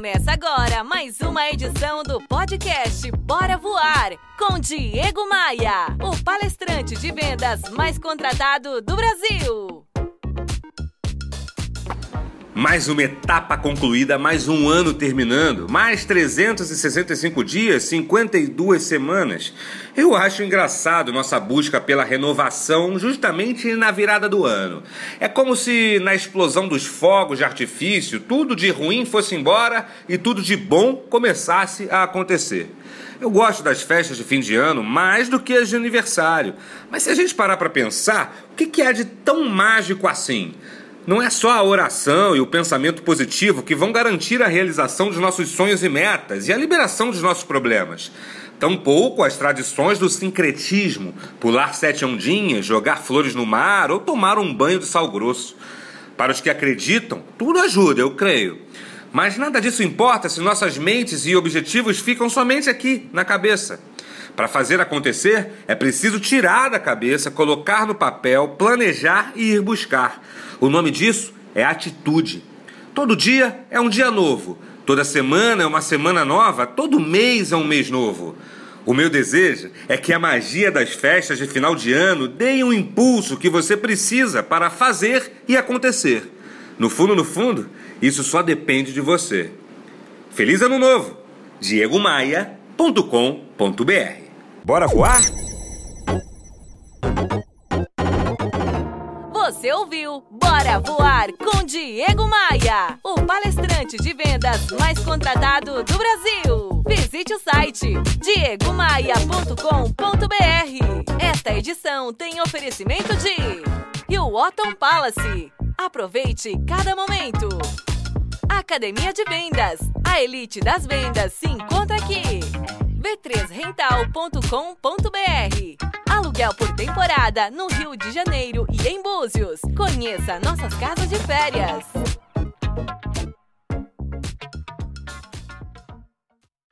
Começa agora mais uma edição do podcast Bora Voar, com Diego Maia, o palestrante de vendas mais contratado do Brasil. Mais uma etapa concluída, mais um ano terminando, mais 365 dias, 52 semanas. Eu acho engraçado nossa busca pela renovação justamente na virada do ano. É como se na explosão dos fogos de artifício, tudo de ruim fosse embora e tudo de bom começasse a acontecer. Eu gosto das festas de fim de ano mais do que as de aniversário. Mas se a gente parar para pensar, o que há de tão mágico assim? Não é só a oração e o pensamento positivo que vão garantir a realização dos nossos sonhos e metas e a liberação dos nossos problemas. Tampouco as tradições do sincretismo, pular 7 ondinhas, jogar flores no mar ou tomar um banho de sal grosso. Para os que acreditam, tudo ajuda, eu creio. Mas nada disso importa se nossas mentes e objetivos ficam somente aqui, na cabeça. Para fazer acontecer, é preciso tirar da cabeça, colocar no papel, planejar e ir buscar. O nome disso é atitude. Todo dia é um dia novo, toda semana é uma semana nova, todo mês é um mês novo. O meu desejo é que a magia das festas de final de ano dê um impulso que você precisa para fazer e acontecer. No fundo, isso só depende de você. Feliz Ano Novo! diegomaia.com.br. Bora voar? Você ouviu Bora Voar com Diego Maia, o palestrante de vendas mais contratado do Brasil. Visite o site diegomaia.com.br. Esta edição tem oferecimento de Hilton Palace. Aproveite cada momento. Academia de Vendas. A elite das vendas se encontra aqui. b3rental.com.br. Aluguel por temporada no Rio de Janeiro e em Búzios. Conheça nossas casas de férias.